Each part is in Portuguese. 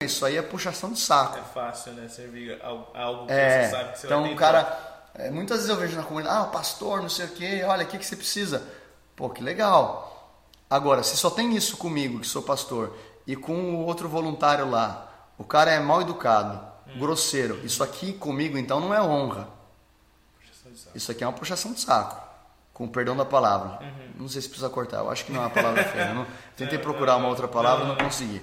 isso aí é puxação de saco. É fácil, né? Servir algo que você sabe que você então vai ter. O cara, muitas vezes eu vejo na comunidade, pastor, não sei o que, olha, o que você precisa? Pô, que legal. Agora, se só tem isso comigo, que sou pastor, e com o outro voluntário lá, o cara é mal educado, grosseiro, isso aqui comigo então não é honra. Isso aqui é uma puxação de saco, com o perdão da palavra. Não sei se precisa cortar, eu acho que não é uma palavra feia. Eu tentei procurar uma outra palavra e não consegui.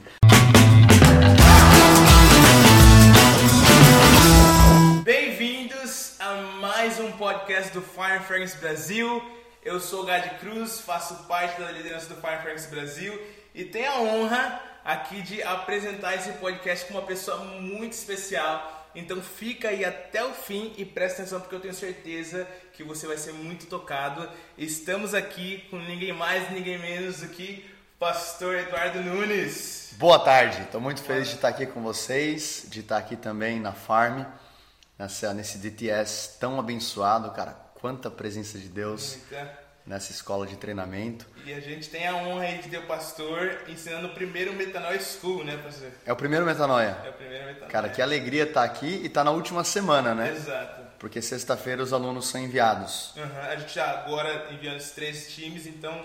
Bem-vindos a mais um podcast do Fire Fragrance Brasil. Eu sou o Gadi Cruz, faço parte da liderança do Fire Fragrance Brasil e tenho a honra aqui de apresentar esse podcast com uma pessoa muito especial. Então fica aí até o fim e presta atenção porque eu tenho certeza que você vai ser muito tocado. Estamos aqui com ninguém mais, ninguém menos do que Pastor Eduardo Nunes. Boa tarde, estou muito feliz de estar aqui com vocês, de estar aqui também na Farm, nesse DTS tão abençoado, cara. Quanta presença de Deus nessa escola de treinamento. E a gente tem a honra aí de ter o pastor ensinando o primeiro Metanoia School, né, pastor? É o primeiro Metanoia. É o primeiro Metanoia. Cara, que alegria estar aqui e estar na última semana, né? Exato. Porque sexta-feira os alunos são enviados. A gente já agora enviando os 3 times, então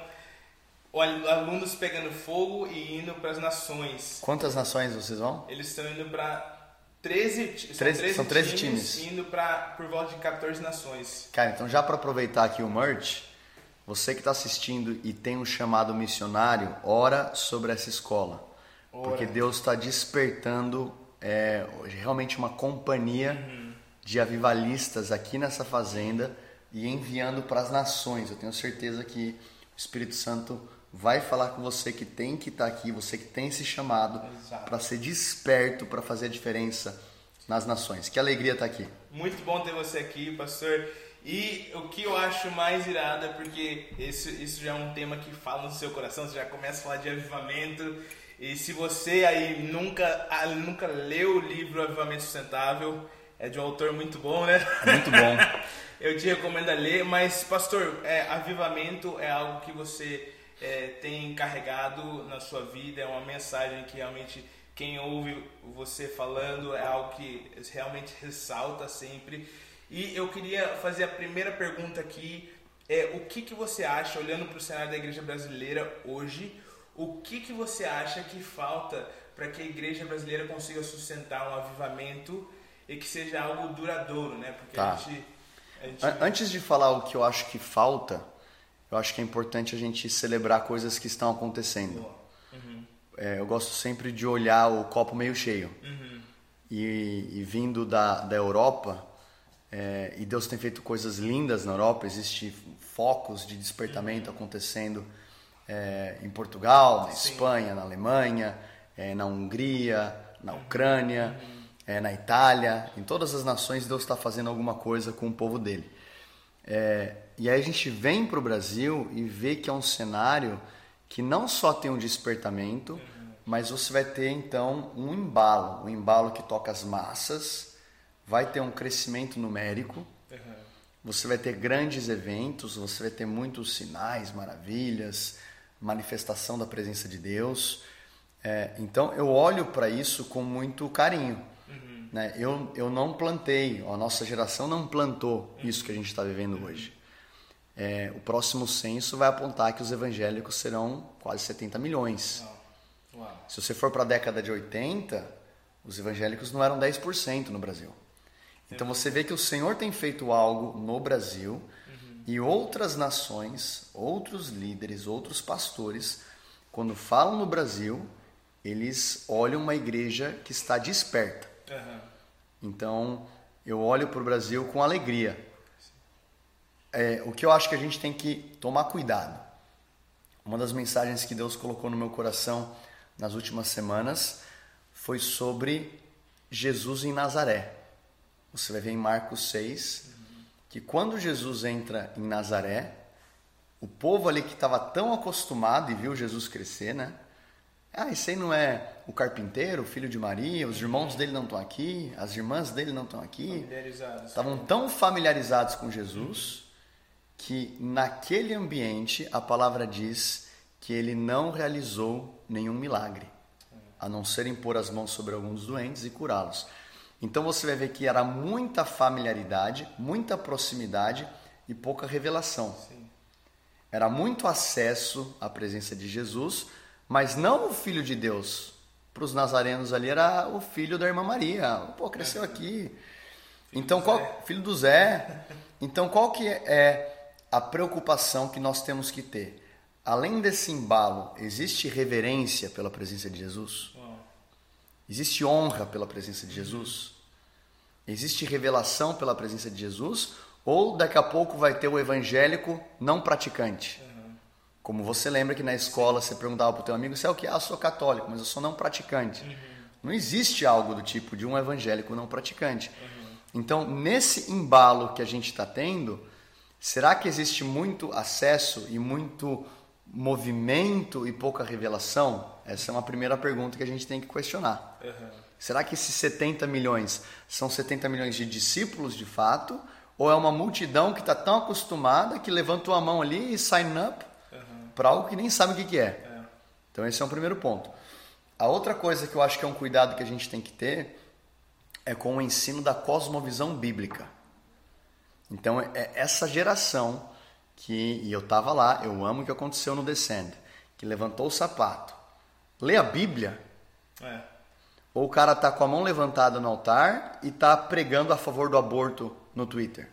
alunos pegando fogo e indo para as nações. Quantas nações vocês vão? Eles estão indo para 13 são 13 times indo por volta de 14 nações. Cara, então já para aproveitar aqui o merch, você que está assistindo e tem um chamado missionário, ora sobre essa escola. Porque Deus está despertando realmente uma companhia de avivalistas aqui nessa fazenda e enviando para as nações. Eu tenho certeza que o Espírito Santo vai falar com você que tem que estar aqui, você que tem esse chamado para ser desperto, para fazer a diferença nas nações. Que alegria estar aqui. Muito bom ter você aqui, pastor. E o que eu acho mais irado é porque isso já é um tema que fala no seu coração, você já começa a falar de avivamento. E se você aí nunca leu o livro Avivamento Sustentável, é de um autor muito bom, né? Muito bom. Eu te recomendo a ler, mas pastor, avivamento é algo que você tem carregado na sua vida, é uma mensagem que realmente quem ouve você falando é algo que realmente ressalta sempre. E eu queria fazer a primeira pergunta aqui, o que você acha, olhando para o cenário da igreja brasileira hoje, o que você acha que falta para que a igreja brasileira consiga sustentar um avivamento e que seja algo duradouro, né? Porque Antes de falar o que eu acho que falta, eu acho que é importante a gente celebrar coisas que estão acontecendo. Eu gosto sempre de olhar o copo meio cheio. E vindo da Europa, e Deus tem feito coisas lindas na Europa, existem focos de despertamento acontecendo em Portugal, na Espanha, na Alemanha, na Hungria, na Ucrânia, na Itália. Em todas as nações Deus está fazendo alguma coisa com o povo dele. E aí a gente vem para o Brasil e vê que é um cenário que não só tem um despertamento, mas você vai ter então um embalo que toca as massas, vai ter um crescimento numérico, você vai ter grandes eventos, você vai ter muitos sinais, maravilhas, manifestação da presença de Deus. Então eu olho para isso com muito carinho. Né? Eu não plantei, a nossa geração não plantou isso que a gente está vivendo hoje. O próximo censo vai apontar que os evangélicos serão quase 70 milhões. Uau. Se você for para a década de 80, os evangélicos não eram 10% no Brasil. Então você vê que o Senhor tem feito algo no Brasil e outras nações, outros líderes, outros pastores, quando falam no Brasil, eles olham uma igreja que está desperta. Então eu olho para o Brasil com alegria. O que eu acho que a gente tem que tomar cuidado. Uma das mensagens que Deus colocou no meu coração nas últimas semanas foi sobre Jesus em Nazaré. Você vai ver em Marcos 6 que quando Jesus entra em Nazaré, o povo ali que estava tão acostumado e viu Jesus crescer, né? Esse aí não é o carpinteiro, o filho de Maria, os irmãos dele não estão aqui, as irmãs dele não estão aqui. Estavam tão familiarizados com Jesus que naquele ambiente a palavra diz que ele não realizou nenhum milagre. a não ser impor as mãos sobre alguns doentes e curá-los. Então você vai ver que era muita familiaridade, muita proximidade e pouca revelação. Sim. Era muito acesso à presença de Jesus, mas não o Filho de Deus. Para os nazarenos ali era o filho da irmã Maria. Pô, cresceu aqui. Então, filho do Zé. Então, qual que é a preocupação que nós temos que ter? Além desse embalo, existe reverência pela presença de Jesus? Existe honra pela presença de Jesus? Existe revelação pela presença de Jesus? Ou daqui a pouco vai ter o evangélico não praticante? Como você lembra que na escola você perguntava para o teu amigo, você é o que? Ah, eu sou católico, mas eu sou não praticante. Não existe algo do tipo de um evangélico não praticante. Então, nesse embalo que a gente está tendo, será que existe muito acesso e muito movimento e pouca revelação? Essa é uma primeira pergunta que a gente tem que questionar. Será que esses 70 milhões são 70 milhões de discípulos de fato? Ou é uma multidão que está tão acostumada que levantou a mão ali e sign up para algo que nem sabe o que é? Então esse é um primeiro ponto. A outra coisa que eu acho que é um cuidado que a gente tem que ter é com o ensino da cosmovisão bíblica. Então é essa geração e eu estava lá, eu amo o que aconteceu no Descend, que levantou o sapato, lê a Bíblia, ou o cara tá com a mão levantada no altar e tá pregando a favor do aborto no Twitter.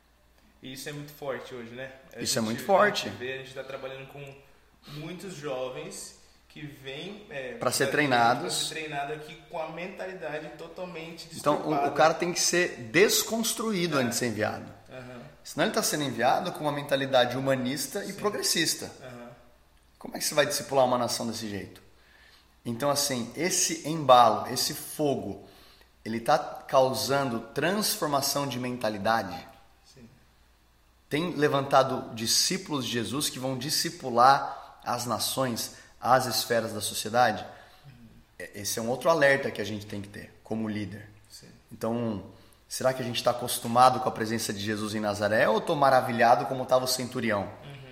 E isso é muito forte hoje, né? Isso é muito forte. A gente está trabalhando com muitos jovens que vêm para ser treinados aqui com a mentalidade totalmente distorcida. Então o cara tem que ser desconstruído antes de ser enviado. Senão ele está sendo enviado com uma mentalidade humanista e progressista. Como é que você vai discipular uma nação desse jeito? Então, assim, esse embalo, esse fogo, ele está causando transformação de mentalidade. Sim. Tem levantado discípulos de Jesus que vão discipular as nações, as esferas da sociedade. Esse é um outro alerta que a gente tem que ter como líder. Sim. Então, será que a gente está acostumado com a presença de Jesus em Nazaré ou estou maravilhado como estava o centurião?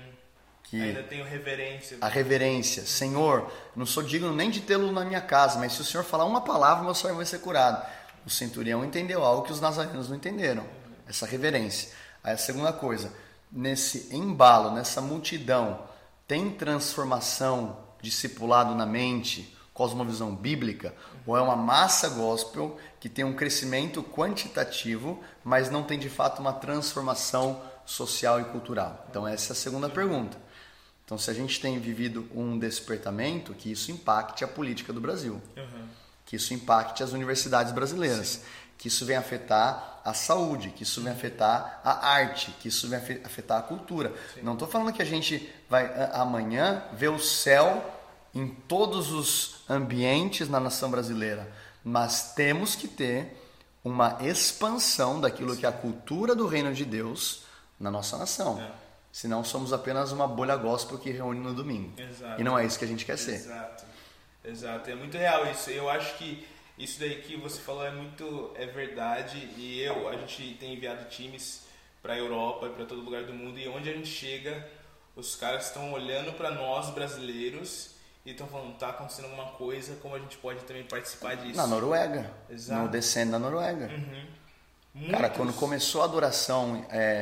Que ainda tenho reverência. A reverência. Senhor, não sou digno nem de tê-lo na minha casa, mas se o Senhor falar uma palavra, meu sonho vai ser curado. O centurião entendeu algo que os nazarenos não entenderam. Essa reverência. Aí a segunda coisa, nesse embalo, nessa multidão, tem transformação, discipulado na mente, cosmovisão bíblica, ou é uma massa gospel que tem um crescimento quantitativo, mas não tem de fato uma transformação social e cultural? Então essa é a segunda pergunta. Então, se a gente tem vivido um despertamento, que isso impacte a política do Brasil, que isso impacte as universidades brasileiras, que isso venha afetar a saúde, que isso venha afetar a arte, que isso venha afetar a cultura. Não estou falando que a gente vai amanhã ver o céu em todos os ambientes na nação brasileira, mas temos que ter uma expansão daquilo que é a cultura do reino de Deus na nossa nação. Senão somos apenas uma bolha gospel que reúne no domingo. Exato. E não é isso que a gente quer ser. Exato. É muito real isso. Eu acho que isso daí que você falou é verdade. E a gente tem enviado times para a Europa e para todo lugar do mundo. E onde a gente chega, os caras estão olhando para nós brasileiros e estão falando, tá acontecendo alguma coisa, como a gente pode também participar disso. Na Noruega. Exato. No Descend da Noruega. Cara, quando começou a adoração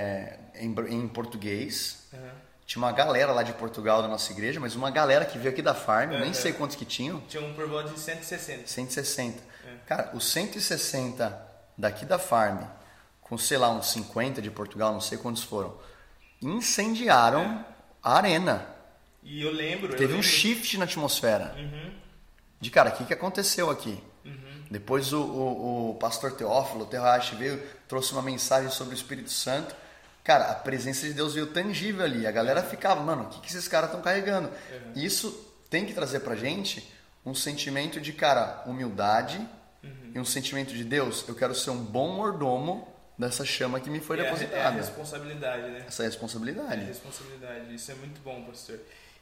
em português, tinha uma galera lá de Portugal da nossa igreja, mas uma galera que veio aqui da Farm, nem sei quantos que tinham. Tinha um por volta de 160. 160. Cara, os 160 daqui da Farm, com sei lá, uns 50 de Portugal, não sei quantos foram, incendiaram a arena. E eu lembro. Teve um shift na atmosfera. De cara, o que aconteceu aqui? Depois o pastor Teófilo, o Terrache veio, trouxe uma mensagem sobre o Espírito Santo. Cara, a presença de Deus veio tangível ali. A galera ficava, mano, o que esses caras estão carregando? E isso tem que trazer pra gente um sentimento de, cara, humildade e um sentimento de Deus. Eu quero ser um bom mordomo dessa chama que me foi depositada. É a responsabilidade, né? Essa é a responsabilidade. É a responsabilidade. Isso é muito bom, pastor.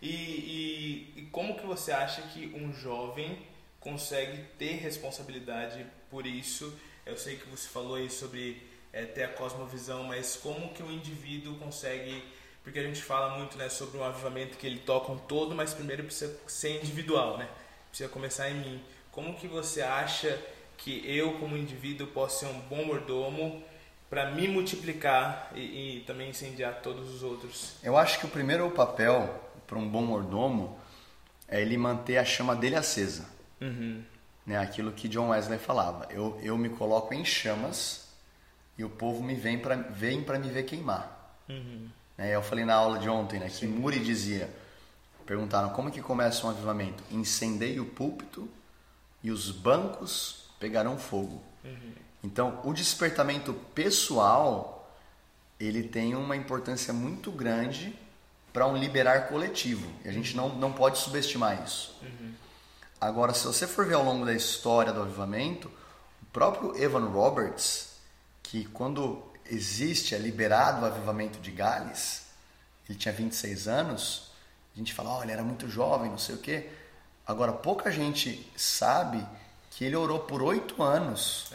E como que você acha que um jovem consegue ter responsabilidade por isso? Eu sei que você falou aí sobre ter a cosmovisão, mas como que o indivíduo consegue... Porque a gente fala muito, né, sobre um avivamento que ele toca um todo, mas primeiro precisa ser individual, né? Precisa começar em mim. como que você acha que eu, como indivíduo, posso ser um bom mordomo para me multiplicar e também incendiar todos os outros? Eu acho que o primeiro papel para um bom mordomo é ele manter a chama dele acesa. Né? Aquilo que John Wesley falava. Eu me coloco em chamas e o povo vem para me ver queimar. Eu falei na aula de ontem, né, que Moody dizia, perguntaram como que começa um avivamento? Incendeie o púlpito e os bancos pegarão fogo. Então, o despertamento pessoal, ele tem uma importância muito grande para um liberar coletivo. E a gente não pode subestimar isso. Agora, se você for ver ao longo da história do avivamento, o próprio Evan Roberts, que quando é liberado o avivamento de Gales, ele tinha 26 anos, a gente fala, ele era muito jovem, não sei o quê. Agora, pouca gente sabe que ele orou por 8 anos.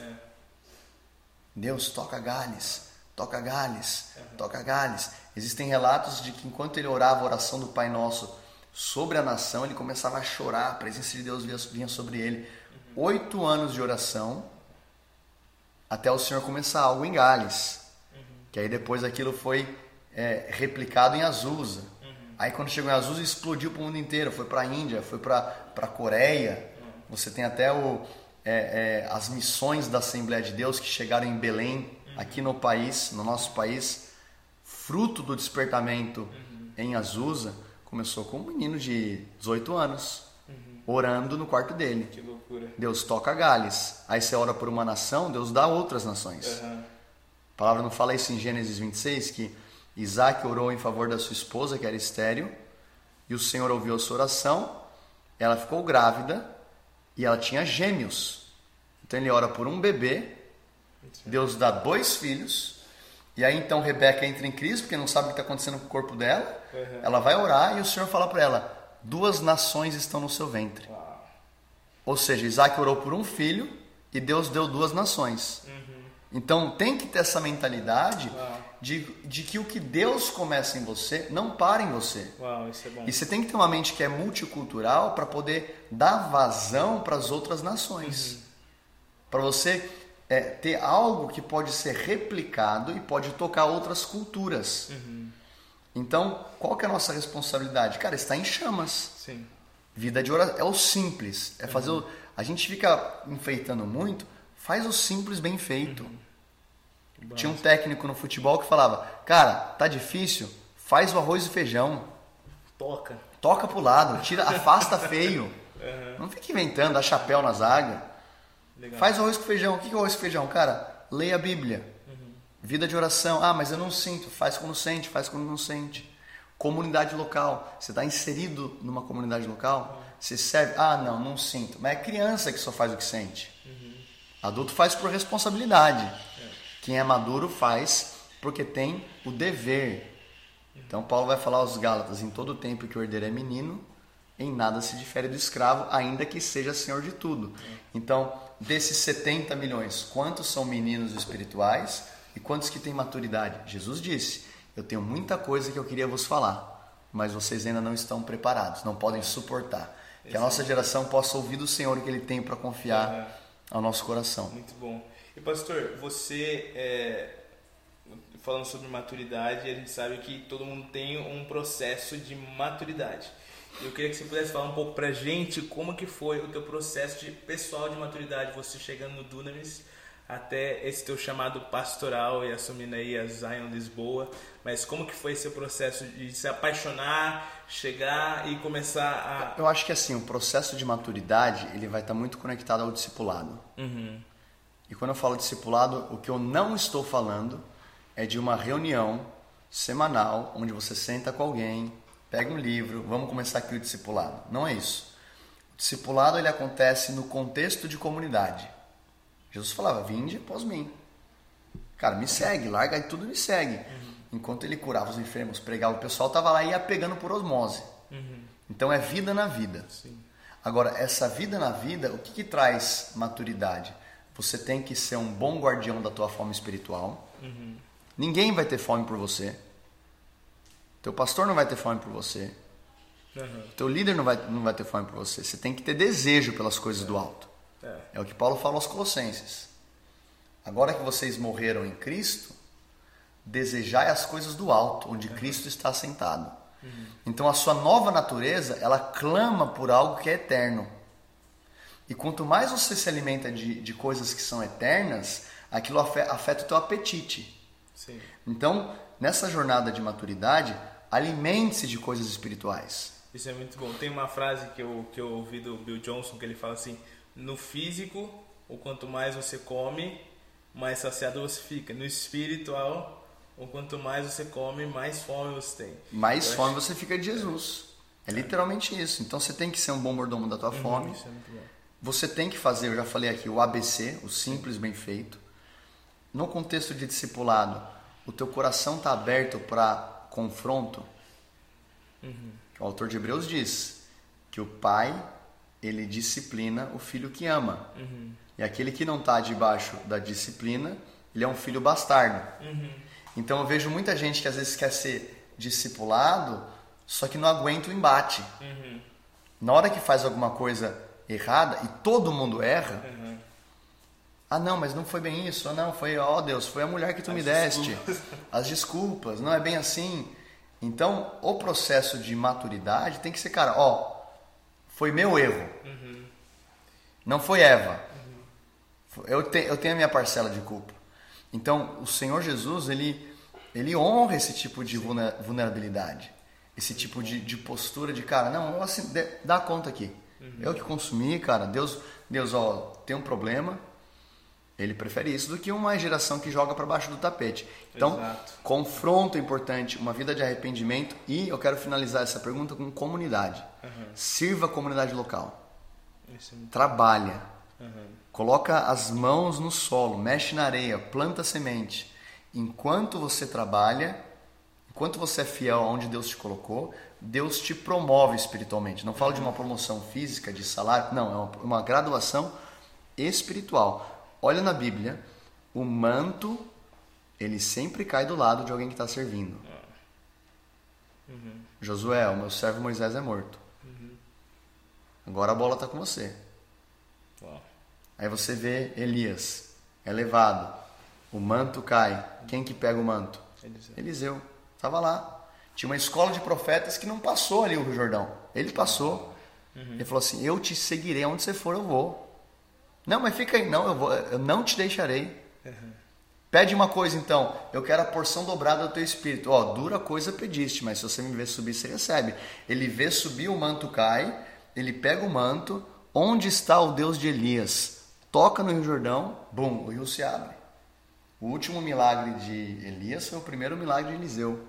Deus, toca Gales, toca Gales, toca Gales. Existem relatos de que enquanto ele orava a oração do Pai Nosso sobre a nação, ele começava a chorar, a presença de Deus vinha sobre ele. 8 anos de oração, até o Senhor começar algo em Gales. Que aí depois aquilo foi replicado em Azusa. Aí quando chegou em Azusa, explodiu para o mundo inteiro. Foi para a Índia, foi para a Coreia. Você tem até as missões da Assembleia de Deus que chegaram em Belém, aqui no nosso país. Fruto do despertamento em Azusa, começou com um menino de 18 anos, orando no quarto dele. Que loucura. Deus toca Gales. Aí você ora por uma nação, Deus dá outras nações. A palavra não fala isso em Gênesis 26, que Isaac orou em favor da sua esposa, que era estéril, e o Senhor ouviu a sua oração, ela ficou grávida e ela tinha gêmeos. Então ele ora por um bebê, Deus dá 2 filhos, e aí então Rebeca entra em crise, porque não sabe o que está acontecendo com o corpo dela. Ela vai orar e o Senhor fala para ela, 2 nações estão no seu ventre. Ou seja, Isaac orou por um filho e Deus deu 2 nações. Então tem que ter essa mentalidade de que o que Deus começa em você não para em você. Isso é bom. E você tem que ter uma mente que é multicultural para poder dar vazão para as outras nações. Para você ter algo que pode ser replicado e pode tocar outras culturas. Então, qual que é a nossa responsabilidade? Cara, está em chamas. Sim. Vida de oração é o simples. É fazer a gente fica enfeitando muito, faz o simples bem feito. Tinha um técnico no futebol que falava, cara, tá difícil, faz o arroz e feijão. Toca pro lado, afasta feio. Não fica inventando, dá chapéu na zaga. Legal. Faz o arroz com feijão. O que é arroz com feijão? Cara, leia a Bíblia. Vida de oração. Mas eu não sinto. Faz quando sente, faz quando não sente. Comunidade local. Você está inserido numa comunidade local? Você serve? Não sinto. Mas é criança que só faz o que sente. Adulto faz por responsabilidade. Quem é maduro faz porque tem o dever. Então Paulo vai falar aos Gálatas, em todo tempo que o herdeiro é menino, em nada se difere do escravo, ainda que seja senhor de tudo. Então, desses 70 milhões, quantos são meninos espirituais e quantos que têm maturidade? Jesus disse, eu tenho muita coisa que eu queria vos falar, mas vocês ainda não estão preparados, não podem suportar. Que a nossa geração possa ouvir do Senhor o que Ele tem para confiar ao nosso coração. Muito bom. E pastor, você, falando sobre maturidade, a gente sabe que todo mundo tem um processo de maturidade. Eu queria que você pudesse falar um pouco pra gente como que foi o teu processo pessoal de maturidade, você chegando no Dunamis até esse teu chamado pastoral e assumindo aí a Zion Lisboa, mas como que foi esse processo de se apaixonar, chegar e começar a... Eu acho que assim, o processo de maturidade, ele vai estar muito conectado ao discipulado. E quando eu falo discipulado, o que eu não estou falando é de uma reunião semanal, onde você senta com alguém, pega um livro, vamos começar aqui o discipulado. Não é isso. O discipulado ele acontece no contexto de comunidade. Jesus falava, vinde após mim. Cara, me segue, larga tudo e me segue. Enquanto ele curava os enfermos, pregava, o pessoal estava lá e ia pegando por osmose. Então é vida na vida. Sim. Agora, essa vida na vida, o que traz maturidade? Você tem que ser um bom guardião da tua fome espiritual. Ninguém vai ter fome por você. Teu pastor não vai ter fome por você. O teu líder não vai ter fome por você. Você tem que ter desejo pelas coisas do alto. É o que Paulo fala aos Colossenses. Agora que vocês morreram em Cristo, desejai as coisas do alto, onde Cristo está sentado. Então a sua nova natureza, ela clama por algo que é eterno. E quanto mais você se alimenta de coisas que são eternas, aquilo afeta o teu apetite. Sim. Então, nessa jornada de maturidade, alimente-se de coisas espirituais. Isso é muito bom. Tem uma frase que eu ouvi do Bill Johnson, que ele fala assim: no físico, o quanto mais você come, mais saciado você fica. No espiritual, o quanto mais você come, mais fome você tem. Mais fome você fica de Jesus. É literalmente isso. Então você tem que ser um bom mordomo da tua fome. Isso é muito bom. Você tem que fazer, eu já falei aqui, o ABC, o simples bem feito. No contexto de discipulado, o teu coração está aberto para confronto? O autor de Hebreus diz que o pai, ele disciplina o filho que ama. E aquele que não está debaixo da disciplina, ele é um filho bastardo. Então eu vejo muita gente que às vezes quer ser discipulado, só que não aguenta o embate. Na hora que faz alguma coisa errada, e todo mundo erra, ah não, mas não foi bem isso, não, foi, ó Deus, foi a mulher que tu me deste, as desculpas, não é bem assim. Então o processo de maturidade tem que ser, cara, ó, foi meu erro, não foi Eva, eu tenho a minha parcela de culpa. Então o Senhor Jesus, ele honra esse tipo de vulnerabilidade, esse tipo de postura de, cara, não, eu, assim, dá conta aqui. Eu que consumi, cara, Deus, ó, tem um problema, ele prefere isso do que uma geração que joga para baixo do tapete. Então, confronto é importante, uma vida de arrependimento, e eu quero finalizar essa pergunta com comunidade. Sirva a comunidade local. Trabalha. Coloca as mãos no solo, mexe na areia, planta semente. Enquanto você trabalha, enquanto você é fiel aonde Deus te colocou, Deus te promove espiritualmente. Não falo de uma promoção física, de salário, não, é uma graduação espiritual. Olha na Bíblia, o manto, ele sempre cai do lado de alguém que está servindo. Josué, o meu servo Moisés é morto. Agora a bola está com você. Aí você vê Elias, é levado, o manto cai. Quem que pega o manto? Eliseu. Estava lá. Tinha uma escola de profetas que não passou ali o Rio Jordão. Ele passou. Ele falou assim, eu te seguirei, aonde você for eu vou. Não, mas fica aí. Não, eu não te deixarei. Pede uma coisa então, eu quero a porção dobrada do teu espírito. Ó, dura coisa pediste, mas se você me ver subir, você recebe. Ele vê subir, o manto cai, ele pega o manto. Onde está o Deus de Elias? Toca no Rio Jordão, bum, o rio se abre. O último milagre de Elias foi o primeiro milagre de Eliseu.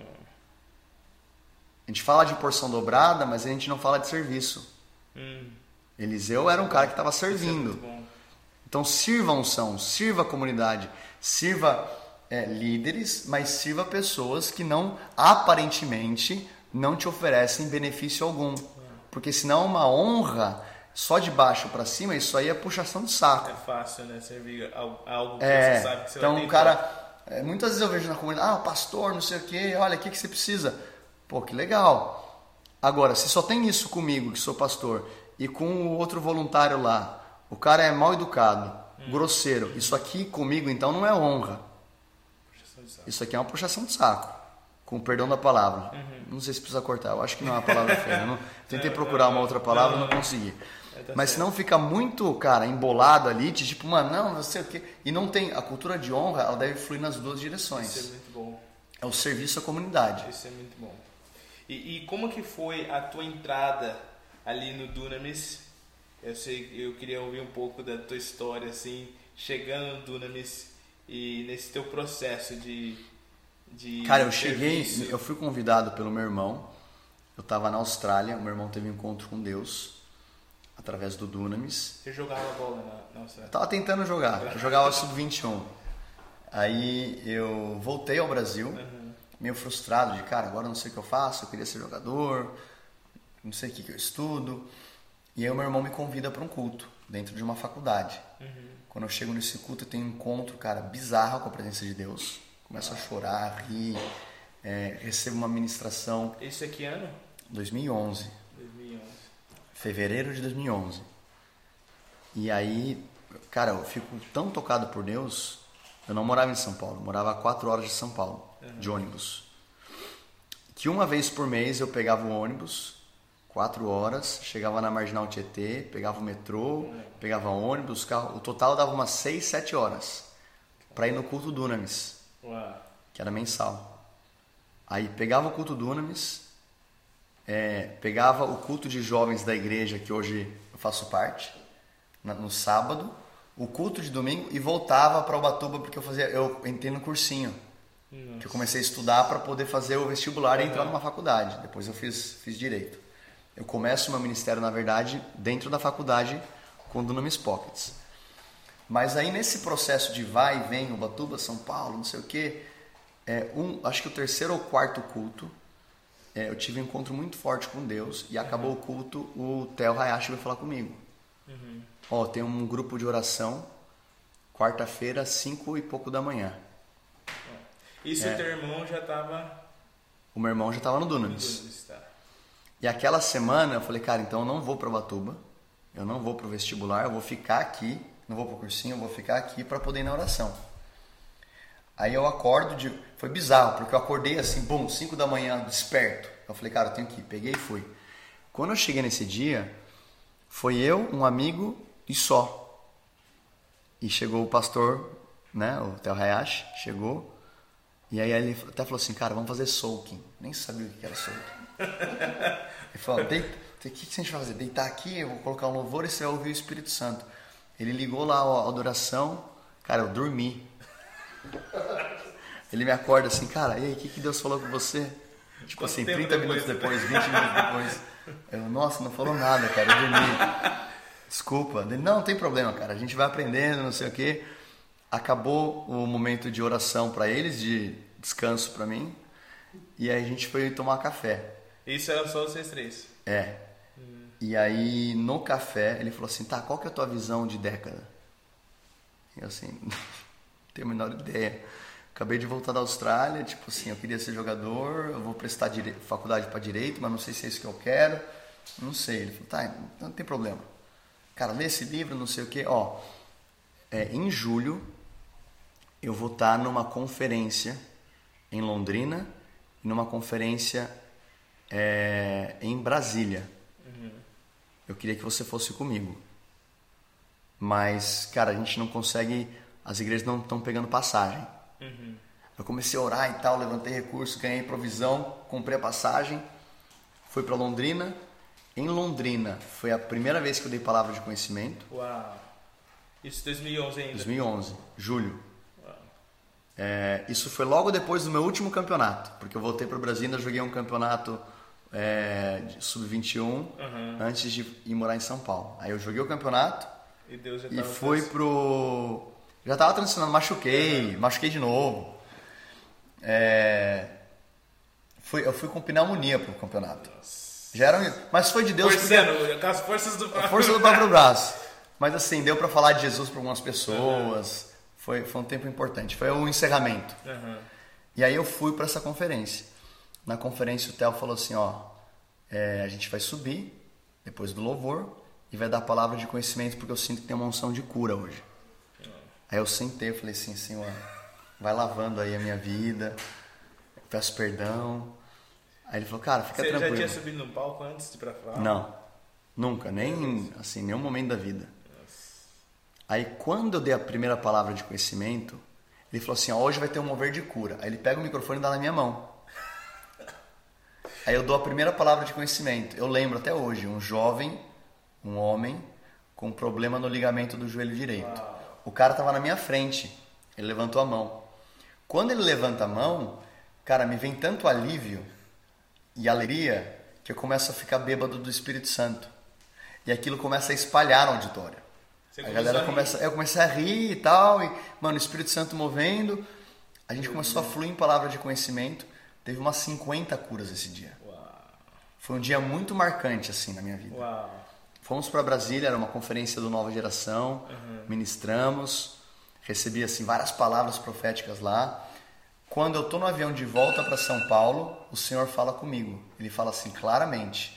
A gente fala de porção dobrada, mas a gente não fala de serviço. Eliseu era um cara que estava servindo. Então sirva a unção, sirva a comunidade, sirva líderes, mas sirva pessoas que não, aparentemente, não te oferecem benefício algum. Porque senão é uma honra só de baixo para cima, isso aí é puxação de saco. É fácil, né? Servir algo que você sabe que você então vai ter. Então o cara, muitas vezes eu vejo na comunidade, pastor, não sei o que, olha, o que você precisa? Pô, que legal. Agora, se só tem isso comigo, que sou pastor, e com o outro voluntário lá, o cara é mal educado, grosseiro, isso aqui comigo então não é honra. Isso aqui é uma puxação de saco, com o perdão da palavra. Não sei se precisa cortar, eu acho que não é uma palavra feia. Eu tentei procurar uma outra palavra e não consegui. Mas senão fica muito, cara, embolado ali, tipo, mano, não sei o quê. E não tem, a cultura de honra, ela deve fluir nas duas direções. Isso é muito bom. É o serviço à comunidade. Isso é muito bom. E como que foi a tua entrada ali no Dunamis? Eu queria ouvir um pouco da tua história, assim, chegando no Dunamis e nesse teu processo de cara, eu cheguei, eu fui convidado pelo meu irmão. Eu estava na Austrália, o meu irmão teve um encontro com Deus através do Dunamis. Você jogava bola na Austrália? Eu tava tentando jogar, eu jogava sub-21. Aí eu voltei ao Brasil, meio frustrado de, cara, agora eu não sei o que eu faço, eu queria ser jogador, não sei o que eu estudo. E aí o meu irmão me convida para um culto, dentro de uma faculdade. Quando eu chego nesse culto, eu tenho um encontro, cara, bizarro com a presença de Deus. Começo a chorar, a rir, recebo uma ministração. Isso é que ano? 2011. 2011. Fevereiro de 2011. E aí, cara, eu fico tão tocado por Deus. Eu não morava em São Paulo, eu morava a 4 horas de São Paulo, de ônibus. Que uma vez por mês eu pegava o ônibus, 4 horas, chegava na Marginal Tietê, pegava o metrô, pegava o ônibus, carro. O total dava umas 6, 7 horas para ir no culto Dunamis, que era mensal. Aí pegava o culto Dunamis, pegava o culto de jovens da igreja, que hoje eu faço parte, no sábado, o culto de domingo, e voltava para Ubatuba, porque eu entrei no cursinho. Nossa. Que eu comecei a estudar para poder fazer o vestibular e entrar numa faculdade. Depois eu fiz direito. Eu começo meu ministério, na verdade, dentro da faculdade, com o Dunamis Pockets. Mas aí nesse processo de vai e vem, Ubatuba, São Paulo, não sei o quê, acho que o 3º ou 4º culto, eu tive um encontro muito forte com Deus, e acabou o culto, o Theo Hayashi veio falar comigo. Tem um grupo de oração, quarta-feira, 5 e pouco da manhã. Isso o teu irmão já estava... O meu irmão já estava no Dunamis. Tá. E aquela semana eu falei, cara, então eu não vou para Ubatuba, eu não vou para o vestibular, eu vou ficar aqui, não vou para o cursinho, eu vou ficar aqui para poder ir na oração. Aí eu acordo, foi bizarro, porque eu acordei assim, 5 da manhã, desperto. Eu falei, cara, eu tenho que ir. Peguei e fui. Quando eu cheguei nesse dia, foi eu, um amigo e só. E chegou o pastor, né, o Theo Hayashi, chegou. E aí ele até falou assim, cara, vamos fazer soaking. Nem sabia o que era soaking. Ele falou, o que a gente vai fazer? Deitar aqui, eu vou colocar um louvor e você vai ouvir o Espírito Santo. Ele ligou lá a adoração, cara, eu dormi. Ele me acorda assim, cara, e aí, o que Deus falou com você? Tipo assim, 30 minutos depois, 20 minutos depois. Eu, nossa, não falou nada, cara, eu dormi. Desculpa. Ele, não tem problema, cara, a gente vai aprendendo, não sei o quê. Acabou o momento de oração para eles, de descanso para mim. E aí a gente foi tomar café. Isso era só vocês 3? E aí no café ele falou assim, tá, qual que é a tua visão de década? E eu assim, não tenho a menor ideia. Acabei de voltar da Austrália, tipo assim, eu queria ser jogador, eu vou prestar faculdade para direito, mas não sei se é isso que eu quero. Não sei. Ele falou, tá, não tem problema. Cara, lê esse livro, não sei o quê. Em julho eu vou estar numa conferência em Londrina e numa conferência em Brasília. Eu queria que você fosse comigo. Mas, cara, a gente não consegue, as igrejas não estão pegando passagem. Eu comecei a orar e tal, levantei recursos, ganhei provisão, comprei a passagem, fui para Londrina. Em Londrina foi a primeira vez que eu dei palavra de conhecimento. Uau! Isso 2011 ainda? 2011, julho. Isso foi logo depois do meu último campeonato, porque eu voltei para o Brasil e ainda joguei um campeonato sub-21 antes de ir morar em São Paulo. Aí eu joguei o campeonato e fui pro... Já estava transicionando, machuquei de novo. Eu fui com pneumonia pro campeonato. Mas foi de Deus. Com as forças do próprio força do próprio braço. Mas assim, deu para falar de Jesus para algumas pessoas. Foi um tempo importante. Foi o encerramento. E aí eu fui para essa conferência. Na conferência o Theo falou assim, a gente vai subir depois do louvor e vai dar a palavra de conhecimento, porque eu sinto que tem uma unção de cura hoje. Aí eu sentei e falei assim, Senhor, vai lavando aí a minha vida, peço perdão. Aí ele falou, cara, fica tranquilo. Você já tinha subido no palco antes de ir pra falar? Não, nunca, nem assim, nenhum momento da vida. Aí quando eu dei a primeira palavra de conhecimento, ele falou assim, hoje vai ter um mover de cura. Aí ele pega o microfone e dá na minha mão. Aí eu dou a primeira palavra de conhecimento. Eu lembro até hoje, um homem com problema no ligamento do joelho direito. O cara estava na minha frente, ele levantou a mão. Quando ele levanta a mão, cara, me vem tanto alívio e alegria que eu começo a ficar bêbado do Espírito Santo. E aquilo começa a espalhar no auditório. A galera eu comecei a rir e tal, e, mano, o Espírito Santo movendo. A gente começou a fluir em palavra de conhecimento. Teve umas 50 curas esse dia. Foi um dia muito marcante, assim, na minha vida. Fomos para Brasília, era uma conferência do Nova Geração, ministramos, recebi, assim, várias palavras proféticas lá. Quando eu tô no avião de volta para São Paulo, o Senhor fala comigo. Ele fala assim, claramente,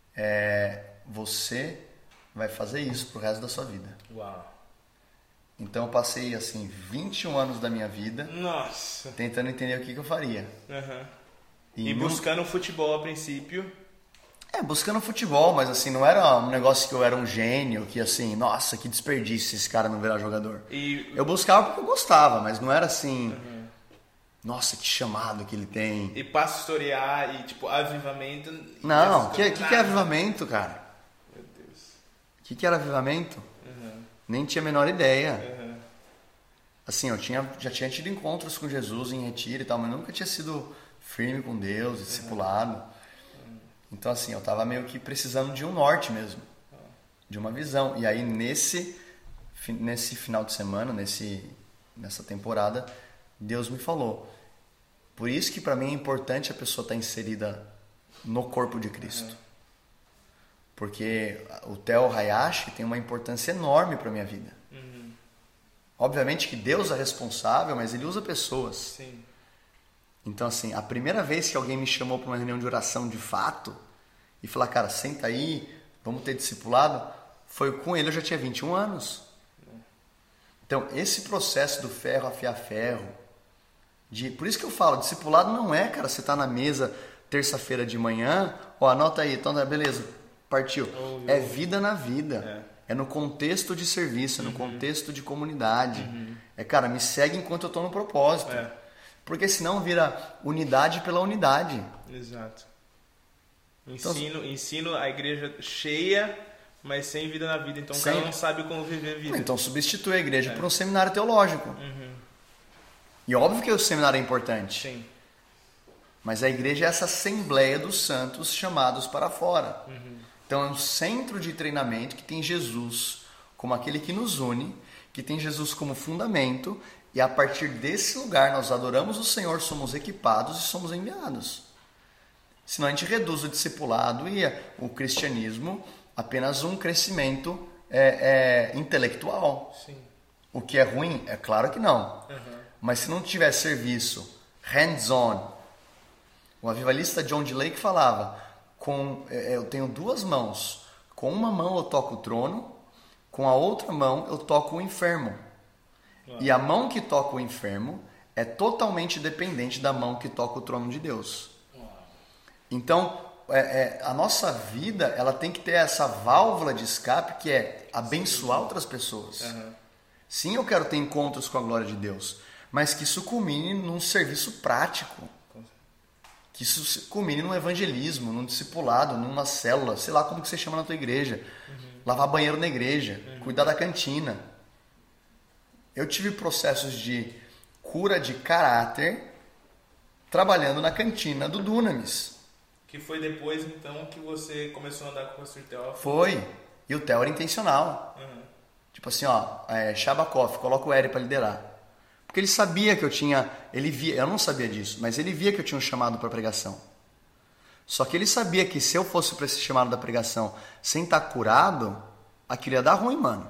você vai fazer isso pro resto da sua vida. Uau. Então eu passei, assim, 21 anos da minha vida Nossa. tentando entender o que eu faria. Uhum. E buscando futebol a princípio. Buscando futebol, mas assim, não era um negócio que eu era um gênio, que assim, nossa, que desperdício esse cara não virar jogador. Eu buscava porque eu gostava, mas não era assim, nossa, que chamado que ele tem. E pastorear e tipo, avivamento. Não, o que é avivamento, cara? Meu Deus. O que era avivamento? Nem tinha a menor ideia. Assim, eu já tinha tido encontros com Jesus em retiro e tal, mas nunca tinha sido firme com Deus, discipulado. Então, assim, eu tava meio que precisando de um norte mesmo, de uma visão. E aí, nesse final de semana, nessa temporada, Deus me falou. Por isso que para mim é importante a pessoa estar inserida no corpo de Cristo. Porque o Theo Hayashi tem uma importância enorme para minha vida. Obviamente que Deus é responsável, mas Ele usa pessoas. Sim. Então, assim, a primeira vez que alguém me chamou para uma reunião de oração de fato e falar, cara, senta aí, vamos ter discipulado, foi com ele, eu já tinha 21 anos. Então, esse processo do ferro afiar ferro, por isso que eu falo, discipulado não é, cara, você tá na mesa terça-feira de manhã, anota aí, então beleza, partiu. É vida na vida. É no contexto de serviço, é no contexto de comunidade. Cara, me segue enquanto eu tô no propósito. Porque senão vira unidade pela unidade. Exato. Ensino a igreja cheia, mas sem vida na vida. Então o cara não sabe como viver a vida. Então substitui a igreja por um seminário teológico. E óbvio que o seminário é importante. Sim. Mas a igreja é essa assembleia dos santos chamados para fora. Então é um centro de treinamento que tem Jesus como aquele que nos une, que tem Jesus como fundamento. E a partir desse lugar nós adoramos o Senhor, somos equipados e somos enviados. Senão a gente reduz o discipulado e o cristianismo apenas um crescimento intelectual. Sim. O que é ruim? É claro que não. Mas se não tiver serviço, hands-on, o avivalista John D. Lake falava, eu tenho duas mãos, com uma mão eu toco o trono, com a outra mão eu toco o enfermo. E a mão que toca o enfermo é totalmente dependente da mão que toca o trono de Deus. Então, a nossa vida ela tem que ter essa válvula de escape que é abençoar outras pessoas. Sim, eu quero ter encontros com a glória de Deus, mas que isso culmine num serviço prático. Que isso culmine num evangelismo, num discipulado, numa célula, sei lá como que você chama na tua igreja. Lavar banheiro na igreja, cuidar da cantina. Eu tive processos de cura de caráter trabalhando na cantina do Dunamis. Que foi depois, então, que você começou a andar com o pastor Theo? Foi. E o Theo era intencional. Tipo assim, Shabakov, coloca o Eri para liderar. Porque ele sabia que eu tinha... eu não sabia disso, mas ele via que eu tinha um chamado para pregação. Só que ele sabia que se eu fosse para esse chamado da pregação sem estar curado, aquilo ia dar ruim, mano.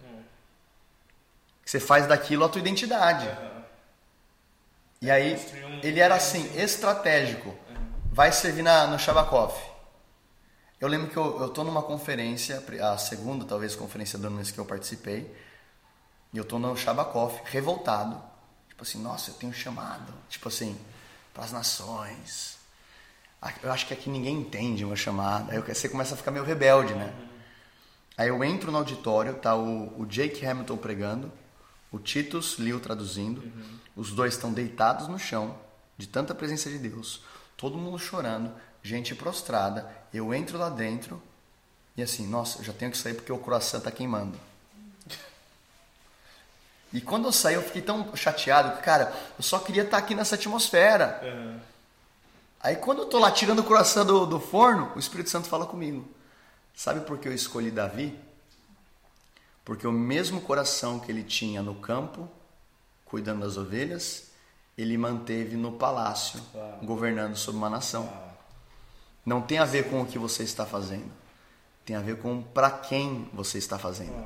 Você faz daquilo a tua identidade. E aí, ele era assim, estratégico. Vai servir no Shabakov. Eu lembro que eu tô numa conferência, a segunda, talvez, conferência do mês que eu participei, e eu tô no Shabakov, revoltado. Tipo assim, nossa, eu tenho um chamado. Tipo assim, para as nações. Eu acho que aqui ninguém entende o meu chamado. Aí você começa a ficar meio rebelde, né? Aí eu entro no auditório, tá o Jake Hamilton pregando, o Titus Liu traduzindo, os dois estão deitados no chão, de tanta presença de Deus, todo mundo chorando, gente prostrada, eu entro lá dentro e assim, nossa, eu já tenho que sair porque o coração tá queimando. E quando eu saí, eu fiquei tão chateado que, cara, eu só queria estar aqui nessa atmosfera. Aí quando eu tô lá tirando o coração do forno, o Espírito Santo fala comigo. Sabe por que eu escolhi Davi? Porque o mesmo coração que ele tinha no campo, cuidando das ovelhas, ele manteve no palácio, governando sobre uma nação. Não tem a ver com o que você está fazendo. Tem a ver com para quem você está fazendo.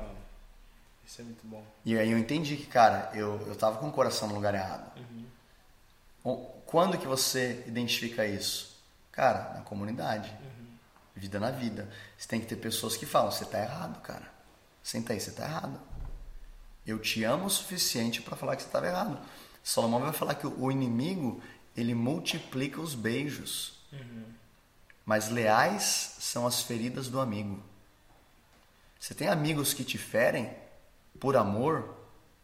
Isso é muito bom. E aí eu entendi que, cara, eu tava com o coração no lugar errado. Quando que você identifica isso? Cara, na comunidade. Vida na vida. Você tem que ter pessoas que falam, você tá errado, cara. Senta aí, você tá errado. Eu te amo o suficiente para falar que você estava errado. Salomão vai falar que o inimigo, ele multiplica os beijos. Mas leais são as feridas do amigo. Você tem amigos que te ferem por amor,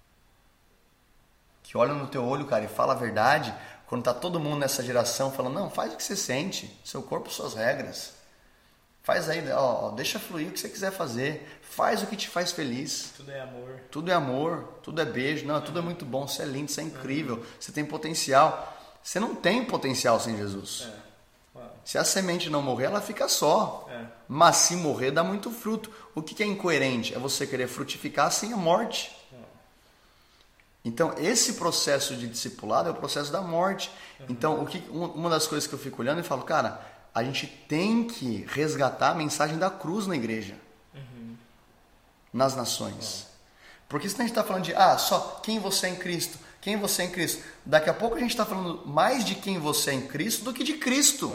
que olham no teu olho, cara, e falam a verdade, quando tá todo mundo nessa geração falando, não, faz o que você sente, seu corpo, suas regras. Faz aí, deixa fluir o que você quiser fazer. Faz o que te faz feliz. Tudo é amor. Tudo é amor, tudo é beijo. Não, tudo é muito bom, você é lindo, você é incrível, você tem potencial. Você não tem potencial sem Jesus. Se a semente não morrer, ela fica só. Mas se morrer, dá muito fruto. O que é incoerente? É você querer frutificar sem a morte. Então, esse processo de discipulado é o processo da morte. Então, uma das coisas que eu fico olhando e falo, cara, a gente tem que resgatar a mensagem da cruz na igreja. Nas nações. Porque senão a gente está falando de, só quem você é em Cristo. Quem você é em Cristo. Daqui a pouco a gente está falando mais de quem você é em Cristo do que de Cristo.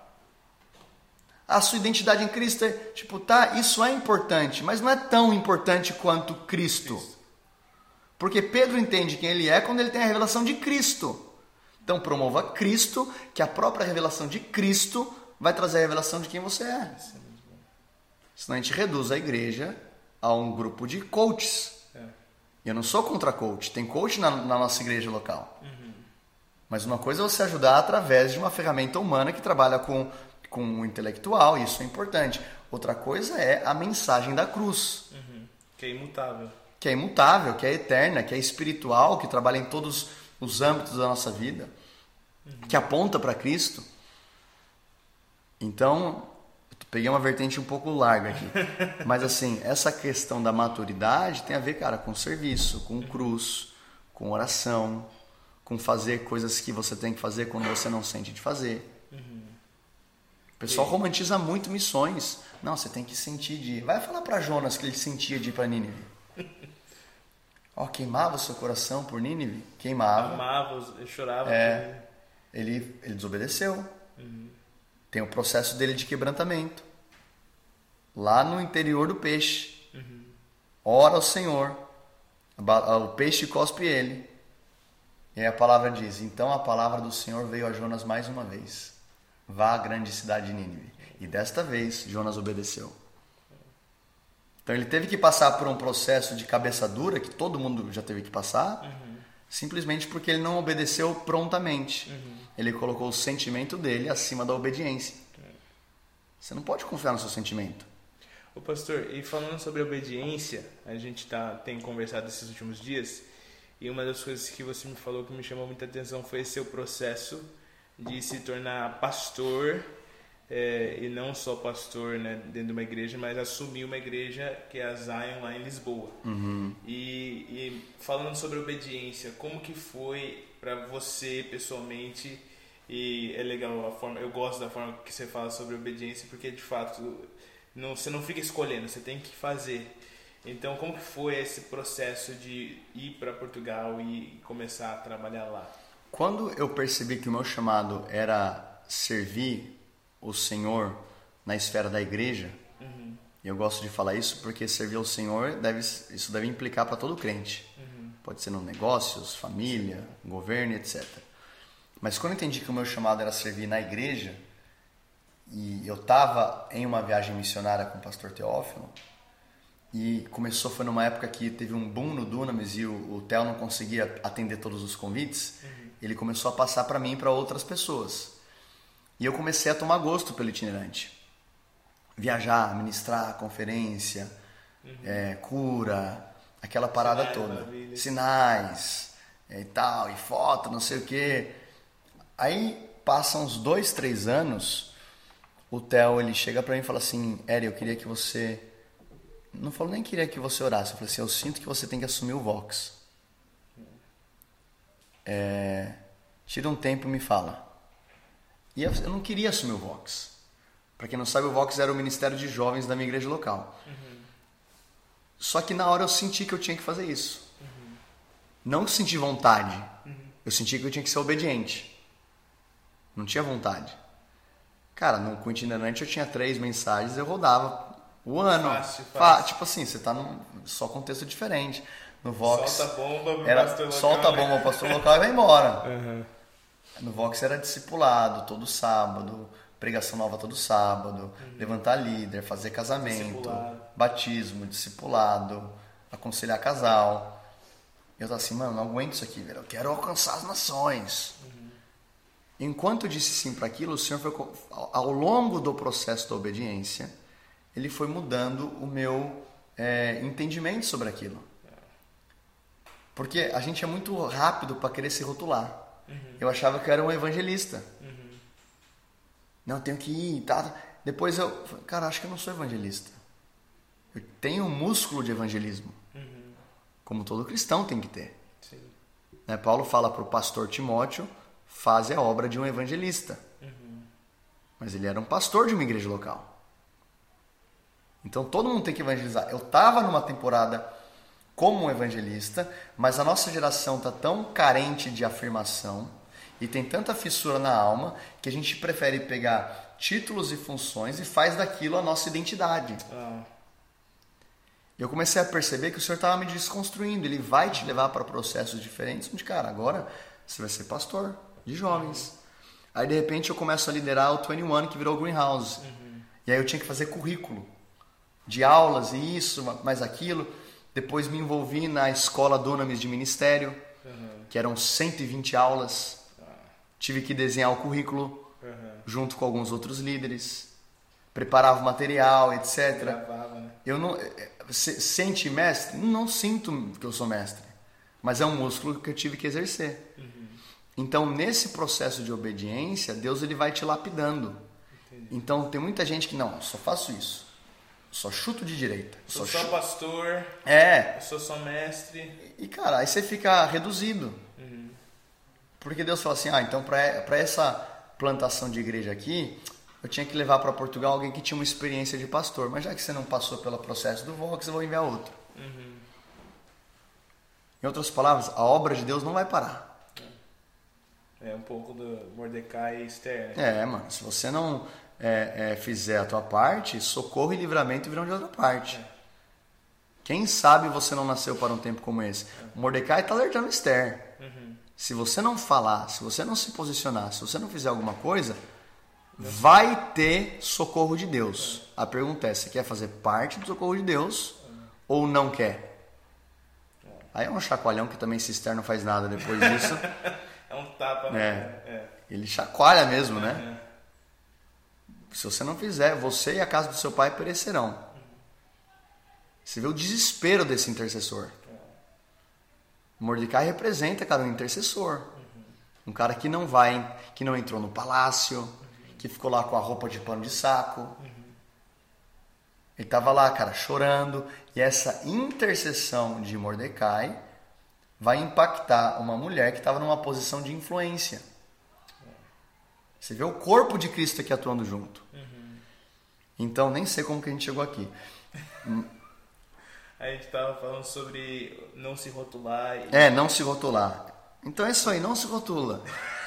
A sua identidade em Cristo é, isso é importante, mas não é tão importante quanto Cristo. Porque Pedro entende quem ele é quando ele tem a revelação de Cristo. Então promova Cristo, que a própria revelação de Cristo vai trazer a revelação de quem você é. Senão a gente reduz a igreja a um grupo de coaches. Eu não sou contra coach, tem coach na nossa igreja local. Mas uma coisa é você ajudar através de uma ferramenta humana que trabalha com o intelectual, isso é importante. Outra coisa é a mensagem da cruz. Que é imutável. Que é imutável, que é eterna, que é espiritual, que trabalha em todos os âmbitos da nossa vida, que aponta para Cristo. Então, eu peguei uma vertente um pouco larga aqui. Mas assim, essa questão da maturidade tem a ver, cara, com serviço, com cruz, com oração, com fazer coisas que você tem que fazer quando você não sente de fazer. O pessoal romantiza muito missões. Não, você tem que sentir de ir. Vai falar para Jonas que ele sentia de ir para Nínive. Queimava o seu coração por Nínive? Queimava. Amava, eu chorava. Ele desobedeceu. Tem o processo dele de quebrantamento. Lá no interior do peixe. Ora ao Senhor. O peixe cospe ele. E aí a palavra diz, então a palavra do Senhor veio a Jonas mais uma vez. Vá à grande cidade de Nínive. E desta vez Jonas obedeceu. Então ele teve que passar por um processo de cabeça dura, que todo mundo já teve que passar, simplesmente porque ele não obedeceu prontamente. Ele colocou o sentimento dele acima da obediência. Você não pode confiar no seu sentimento. Ô pastor, e falando sobre obediência, a gente tem conversado esses últimos dias, e uma das coisas que você me falou que me chamou muita atenção foi esse seu processo de se tornar pastor, e não só pastor, né, dentro de uma igreja, mas assumir uma igreja que é a Zion lá em Lisboa. E falando sobre obediência, como que foi para você pessoalmente? E é legal a forma, eu gosto da forma que você fala sobre obediência, porque de fato você não fica escolhendo, você tem que fazer. Então, como que foi esse processo de ir para Portugal e começar a trabalhar lá? Quando eu percebi que o meu chamado era servir o Senhor na esfera da igreja, e eu gosto de falar isso porque servir ao Senhor, isso deve implicar para todo crente. Pode ser nos negócios, família, governo, etc. Mas quando eu entendi que o meu chamado era servir na igreja, e eu estava em uma viagem missionária com o pastor Teófilo, e foi numa época que teve um boom no Dunamis e o Theo não conseguia atender todos os convites, ele começou a passar para mim e para outras pessoas. E eu comecei a tomar gosto pelo itinerante. Viajar, ministrar, conferência, cura, aquela parada toda. Sinais e tal, e foto, não sei o quê. Aí passam uns 2, 3 anos, o Theo ele chega para mim e fala assim, Eri, eu queria que você... Não falou nem que queria que você orasse, eu falei assim, eu sinto que você tem que assumir o Vox. Tira um tempo e me fala. E eu não queria assumir o Vox. Para quem não sabe, o Vox era o ministério de jovens da minha igreja local. Só que na hora eu senti que eu tinha que fazer isso. Não senti vontade. Eu sentia que eu tinha que ser obediente. Não tinha vontade. Cara, com o itinerante eu tinha 3 mensagens, eu rodava o ano. Fácil. Tipo assim, você tá num só contexto diferente. No Vox. Solta a bomba pro pastor local. Solta a bomba pro pastor local e vai embora. No Vox era discipulado todo sábado, pregação nova todo sábado, levantar líder, fazer casamento, batismo, discipulado, aconselhar casal. Eu tava assim, mano, não aguento isso aqui, velho. Eu quero alcançar as nações. Enquanto eu disse sim para aquilo, o Senhor foi, ao longo do processo da obediência, Ele foi mudando o meu entendimento sobre aquilo. Porque a gente é muito rápido para querer se rotular. Eu achava que eu era um evangelista. Não, eu tenho que ir, tá? Depois eu, cara, acho que eu não sou evangelista. Eu tenho um músculo de evangelismo. Como todo cristão tem que ter. Sim. Né? Paulo fala para o pastor Timóteo, faze a obra de um evangelista. Mas ele era um pastor de uma igreja local. Então todo mundo tem que evangelizar. Eu estava numa temporada como um evangelista, mas a nossa geração está tão carente de afirmação e tem tanta fissura na alma que a gente prefere pegar títulos e funções e faz daquilo a nossa identidade. Eu comecei a perceber que o Senhor estava me desconstruindo. Ele vai te levar para processos diferentes, onde, cara, agora você vai ser pastor de jovens. Aí de repente eu começo a liderar o 21, que virou o Greenhouse. E aí eu tinha que fazer currículo de aulas e isso, mais aquilo. Depois me envolvi na escola Dunamis de ministério, que eram 120 aulas. Tive que desenhar o currículo junto com alguns outros líderes. Preparava o material, etc. Gravava, né? Eu não sente mestre? Não sinto que eu sou mestre. Mas é um músculo que eu tive que exercer. Então, nesse processo de obediência, Deus ele vai te lapidando. Entendi. Então, tem muita gente que não, eu só faço isso. Só chuto de direita. Sou só pastor. Eu sou só mestre. E, cara, aí você fica reduzido. Porque Deus fala assim, então para essa plantação de igreja aqui, eu tinha que levar para Portugal alguém que tinha uma experiência de pastor. Mas já que você não passou pelo processo do Vox, eu vou enviar outro. Em outras palavras, a obra de Deus não vai parar. É um pouco do Mordecai e Esther, né? Mano, se você não fizer a tua parte, socorro e livramento virão de outra parte. Quem sabe você não nasceu para um tempo como esse? O Mordecai está alertando Esther. Se você não falar, se você não se posicionar, se você não fizer alguma coisa, vai ter socorro de Deus. A pergunta é, você quer fazer parte do socorro de Deus ou não quer? Aí é um chacoalhão que também se Esther não faz nada depois disso. É um tapa, né? Ele chacoalha mesmo, né? Se você não fizer, você e a casa do seu pai perecerão. Você vê o desespero desse intercessor. Mordecai representa, cara, um intercessor. Um cara que não entrou no palácio, que ficou lá com a roupa de pano de saco. Ele estava lá, cara, chorando. E essa intercessão de Mordecai vai impactar uma mulher que estava numa posição de influência. Você vê o corpo de Cristo aqui atuando junto. Então, nem sei como que a gente chegou aqui. A gente estava falando sobre não se rotular. Não se rotular. Então é isso aí, não se rotula.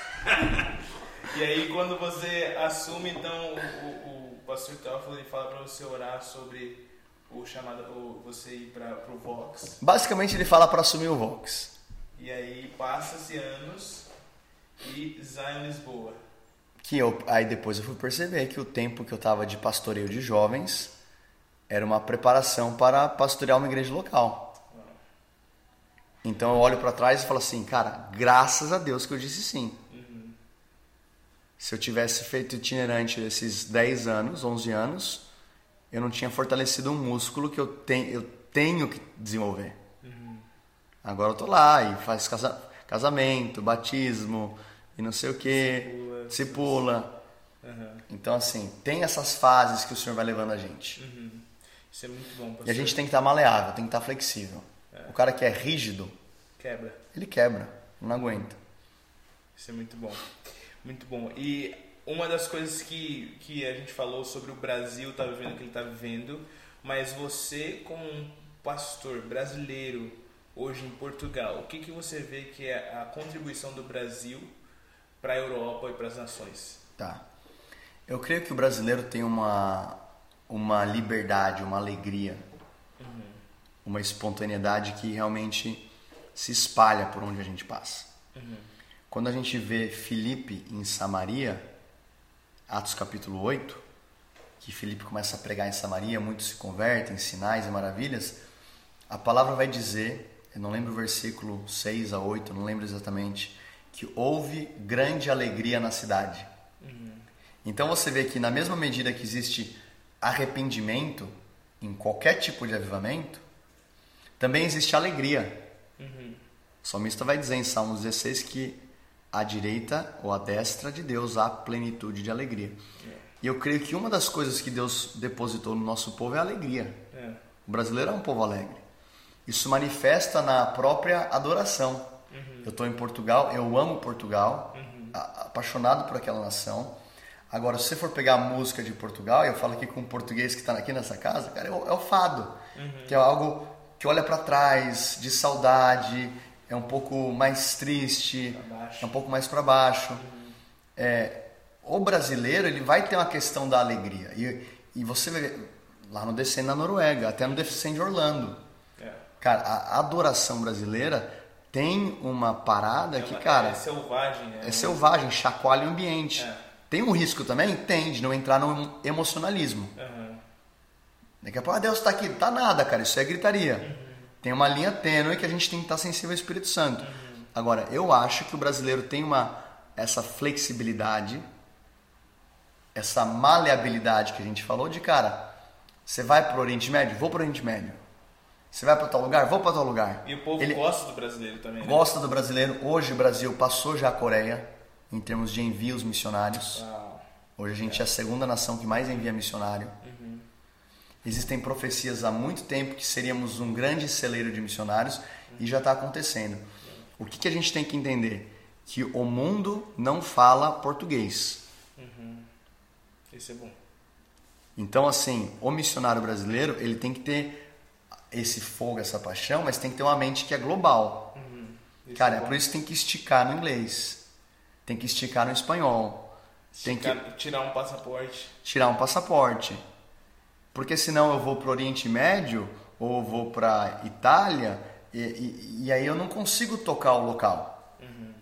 E aí, quando você assume, então, o pastor Teófilo fala para você orar sobre o chamado, você ir para o Vox. Basicamente, ele fala para assumir o Vox. E aí, passa-se anos e Zion Lisboa. Aí depois eu fui perceber que o tempo que eu estava de pastoreio de jovens era uma preparação para pastorear uma igreja local. Então eu olho para trás e falo assim, cara, graças a Deus que eu disse sim. Se eu tivesse feito itinerante esses 10 anos, 11 anos, eu não tinha fortalecido um músculo que eu tenho que desenvolver. Agora eu tô lá e faz casamento, batismo e não sei o que, discipula. Então assim, tem essas fases que o Senhor vai levando a gente. Isso é muito bom, pastor. E a gente tem que estar maleável, tem que estar flexível. O cara que é rígido, quebra. Ele quebra, não aguenta. Isso é muito bom. Muito bom. E uma das coisas que a gente falou sobre o Brasil tá vivendo o que ele está vivendo, mas você como um pastor brasileiro, hoje em Portugal, o que você vê que é a contribuição do Brasil para a Europa e para as nações? Tá. Eu creio que o brasileiro tem uma liberdade, uma alegria, uma espontaneidade que realmente se espalha por onde a gente passa. Quando a gente vê Filipe em Samaria, Atos capítulo 8, que Filipe começa a pregar em Samaria, muitos se convertem, sinais e maravilhas, a palavra vai dizer, eu não lembro o versículo 6 a 8, não lembro exatamente, que houve grande alegria na cidade. Então você vê que na mesma medida que existe arrependimento em qualquer tipo de avivamento, também existe alegria. O salmista vai dizer em Salmos 16 que à direita ou à destra de Deus há plenitude de alegria. E eu creio que uma das coisas que Deus depositou no nosso povo é a alegria. O brasileiro é um povo alegre. Isso manifesta na própria adoração. Eu estou em Portugal, eu amo Portugal, apaixonado por aquela nação. Agora, se você for pegar a música de Portugal, eu falo aqui com um português que está aqui nessa casa, cara, é o fado, que é algo que olha para trás, de saudade, é um pouco mais triste, é um pouco mais para baixo. O brasileiro, ele vai ter uma questão da alegria. E você vê lá no Descende na Noruega, até no Descende Orlando. Cara, a adoração brasileira tem uma parada que, cara... É selvagem, né? É selvagem, chacoalha o ambiente. Tem um risco também? Tem, de não entrar no emocionalismo. Daqui a pouco, Deus está aqui. Tá nada, cara, isso é gritaria. Tem uma linha tênue que a gente tem que estar sensível ao Espírito Santo. Agora, eu acho que o brasileiro tem essa flexibilidade, essa maleabilidade que a gente falou de, cara, você vai para o Oriente Médio? Vou para o Oriente Médio. Você vai para tal lugar? Vou para tal lugar. E o povo gosta do brasileiro também, né? Gosta do brasileiro. Hoje o Brasil passou já a Coreia em termos de envios missionários. Hoje a gente é a segunda nação que mais envia missionário. Existem profecias há muito tempo que seríamos um grande celeiro de missionários e já está acontecendo. O que a gente tem que entender? Que o mundo não fala português. Isso é bom. Então, assim, o missionário brasileiro, ele tem que ter esse fogo, essa paixão, mas tem que ter uma mente que é global. Cara, é por isso que tem que esticar no inglês. Tem que esticar no espanhol. Tem que tirar um passaporte. Tirar um passaporte. Porque senão eu vou para o Oriente Médio ou vou para Itália e aí eu não consigo tocar o local.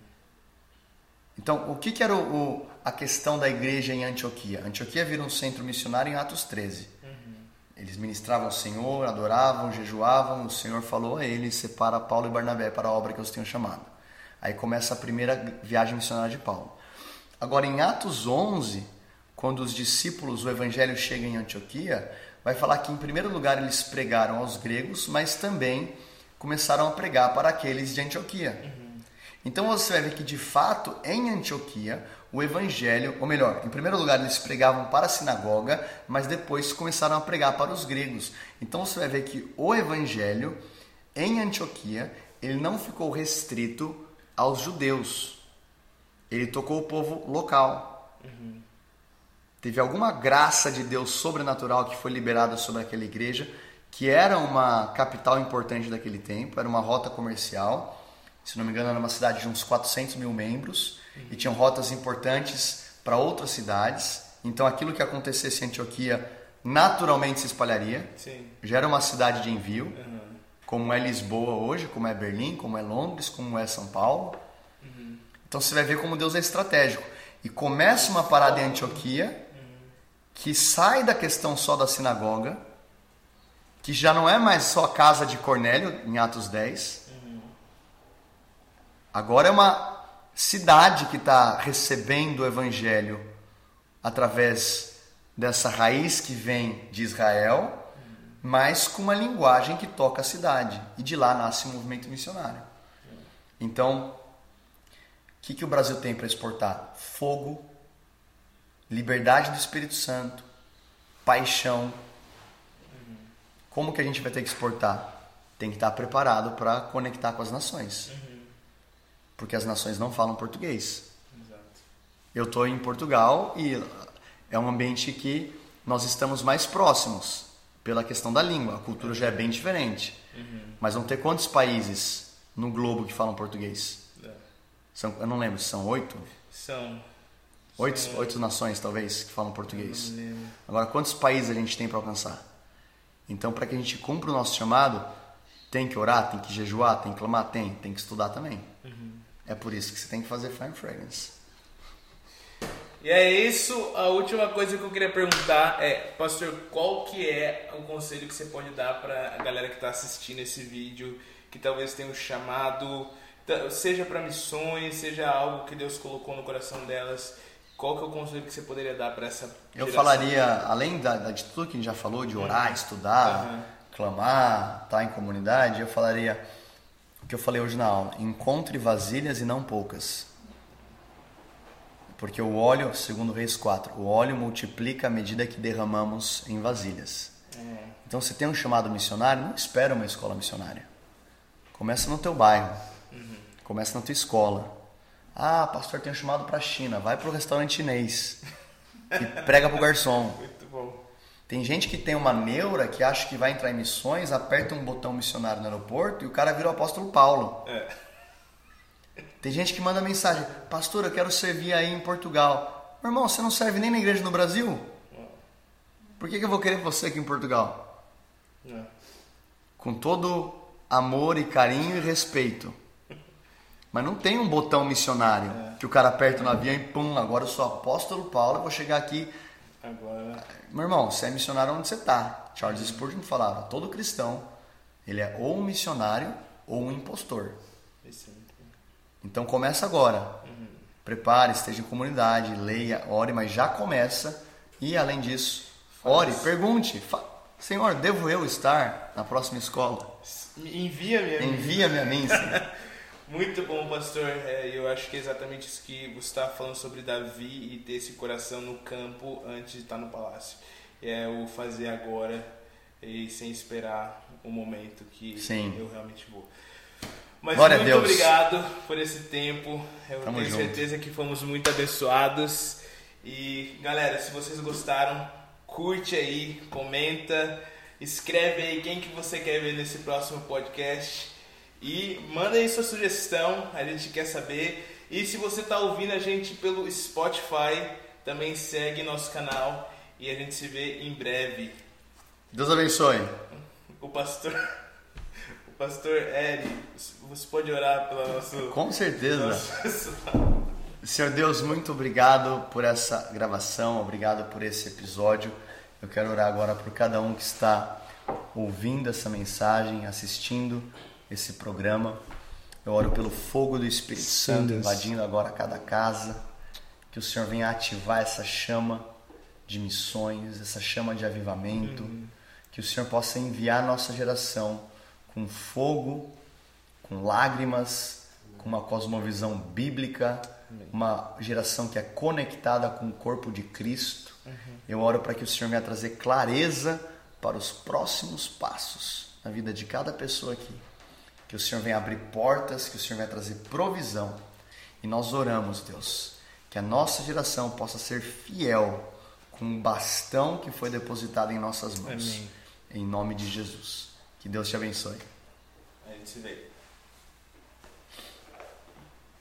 Então, o que era a questão da igreja em Antioquia? Antioquia vira um centro missionário em Atos 13. Eles ministravam o Senhor, adoravam, jejuavam. O Senhor falou a eles: separa Paulo e Barnabé para a obra que eu os tenho chamado. Aí começa a primeira viagem missionária de Paulo. Agora, em Atos 11, quando os discípulos, o evangelho chega em Antioquia, vai falar que em primeiro lugar eles pregaram aos gregos, mas também começaram a pregar para aqueles de Antioquia. Então você vai ver que de fato em Antioquia o evangelho, ou melhor, em primeiro lugar eles pregavam para a sinagoga, mas depois começaram a pregar para os gregos. Então você vai ver que o evangelho em Antioquia, ele não ficou restrito aos judeus. Ele tocou o povo local. Teve alguma graça de Deus sobrenatural que foi liberada sobre aquela igreja, que era uma capital importante daquele tempo, era uma rota comercial. Se não me engano, era uma cidade de uns 400 mil membros e tinham rotas importantes para outras cidades. Então, aquilo que acontecesse em Antioquia naturalmente se espalharia. Já era uma cidade de envio, como é Lisboa hoje, como é Berlim, como é Londres, como é São Paulo. Então, você vai ver como Deus é estratégico. E começa uma parada em Antioquia que sai da questão só da sinagoga, que já não é mais só a casa de Cornélio, em Atos 10. Agora é uma cidade que está recebendo o evangelho através dessa raiz que vem de Israel, mas com uma linguagem que toca a cidade. E de lá nasce o movimento missionário. Então, o que o Brasil tem para exportar? Fogo, liberdade do Espírito Santo, paixão. Como que a gente vai ter que exportar? Tem que estar preparado para conectar com as nações. Porque as nações não falam português. Eu estou em Portugal e é um ambiente que nós estamos mais próximos pela questão da língua. A cultura já é bem diferente. Mas vão ter quantos países no globo que falam português? Eu não lembro, são 8? São 8 nações, talvez, que falam português. Agora, quantos países a gente tem para alcançar? Então, para que a gente cumpra o nosso chamado, tem que orar, tem que jejuar, tem que clamar, tem que estudar também. É por isso que você tem que fazer Fire Fragrance. E é isso, a última coisa que eu queria perguntar é, pastor, qual que é o conselho que você pode dar para a galera que está assistindo esse vídeo, que talvez tenha um chamado, seja para missões, seja algo que Deus colocou no coração delas, qual que é o conselho que você poderia dar para essa geração? Eu falaria, além de tudo que a gente já falou, de orar, estudar, clamar, estar em comunidade, eu falaria o que eu falei hoje na aula: encontre vasilhas e não poucas. Porque o óleo, segundo Reis 4, o óleo multiplica à medida que derramamos em vasilhas. Então, se tem um chamado missionário, não espera uma escola missionária. Começa no teu bairro, começa na tua escola. Ah, pastor, tem um chamado para a China, vai para o restaurante chinês e prega para o garçom. Muito bom. Tem gente que tem uma neura que acha que vai entrar em missões, aperta um botão missionário no aeroporto e o cara vira o apóstolo Paulo. Tem gente que manda mensagem: pastor, eu quero servir aí em Portugal. Meu irmão, você não serve nem na igreja no Brasil? Por que eu vou querer você aqui em Portugal? Com todo amor e carinho e respeito. Mas não tem um botão missionário que o cara aperta no avião e pum, agora eu sou apóstolo Paulo, eu vou chegar aqui. Agora... Meu irmão, você é missionário onde você está. Charles Spurgeon falava: todo cristão, ele é ou um missionário ou um impostor. Então começa agora. Prepare, esteja em comunidade, leia, ore, mas já começa. E além disso, ore, pergunte: Senhor, devo eu estar na próxima escola? Envia-me a mim, Senhor. Muito bom, pastor. Eu acho que é exatamente isso que você está falando sobre Davi e ter esse coração no campo antes de estar no palácio. É o fazer agora e sem esperar o momento que eu realmente vou. Mas glória muito a Deus. Obrigado por esse tempo. Eu Tamo tenho junto. certeza que fomos muito abençoados. E galera, se vocês gostaram, curte aí, comenta, escreve aí quem que você quer ver nesse próximo podcast. E manda aí sua sugestão, a gente quer saber. E se você está ouvindo a gente pelo Spotify, também segue nosso canal e a gente se vê em breve. Deus abençoe. O pastor Eri, você pode orar pela nossa... Com certeza. Senhor Deus, muito obrigado por essa gravação, obrigado por esse episódio. Eu quero orar agora por cada um que está ouvindo essa mensagem, assistindo esse programa. Eu oro pelo fogo do Espírito Santo invadindo agora cada casa, que o Senhor venha ativar essa chama de missões, essa chama de avivamento, que o Senhor possa enviar a nossa geração com fogo, com lágrimas, com uma cosmovisão bíblica, uma geração que é conectada com o corpo de Cristo. Eu oro para que o Senhor venha trazer clareza para os próximos passos na vida de cada pessoa aqui. Que o Senhor venha abrir portas, que o Senhor venha trazer provisão. E nós oramos, Deus, que a nossa geração possa ser fiel com o bastão que foi depositado em nossas mãos. Amém. Em nome de Jesus. Que Deus te abençoe. A gente se vê.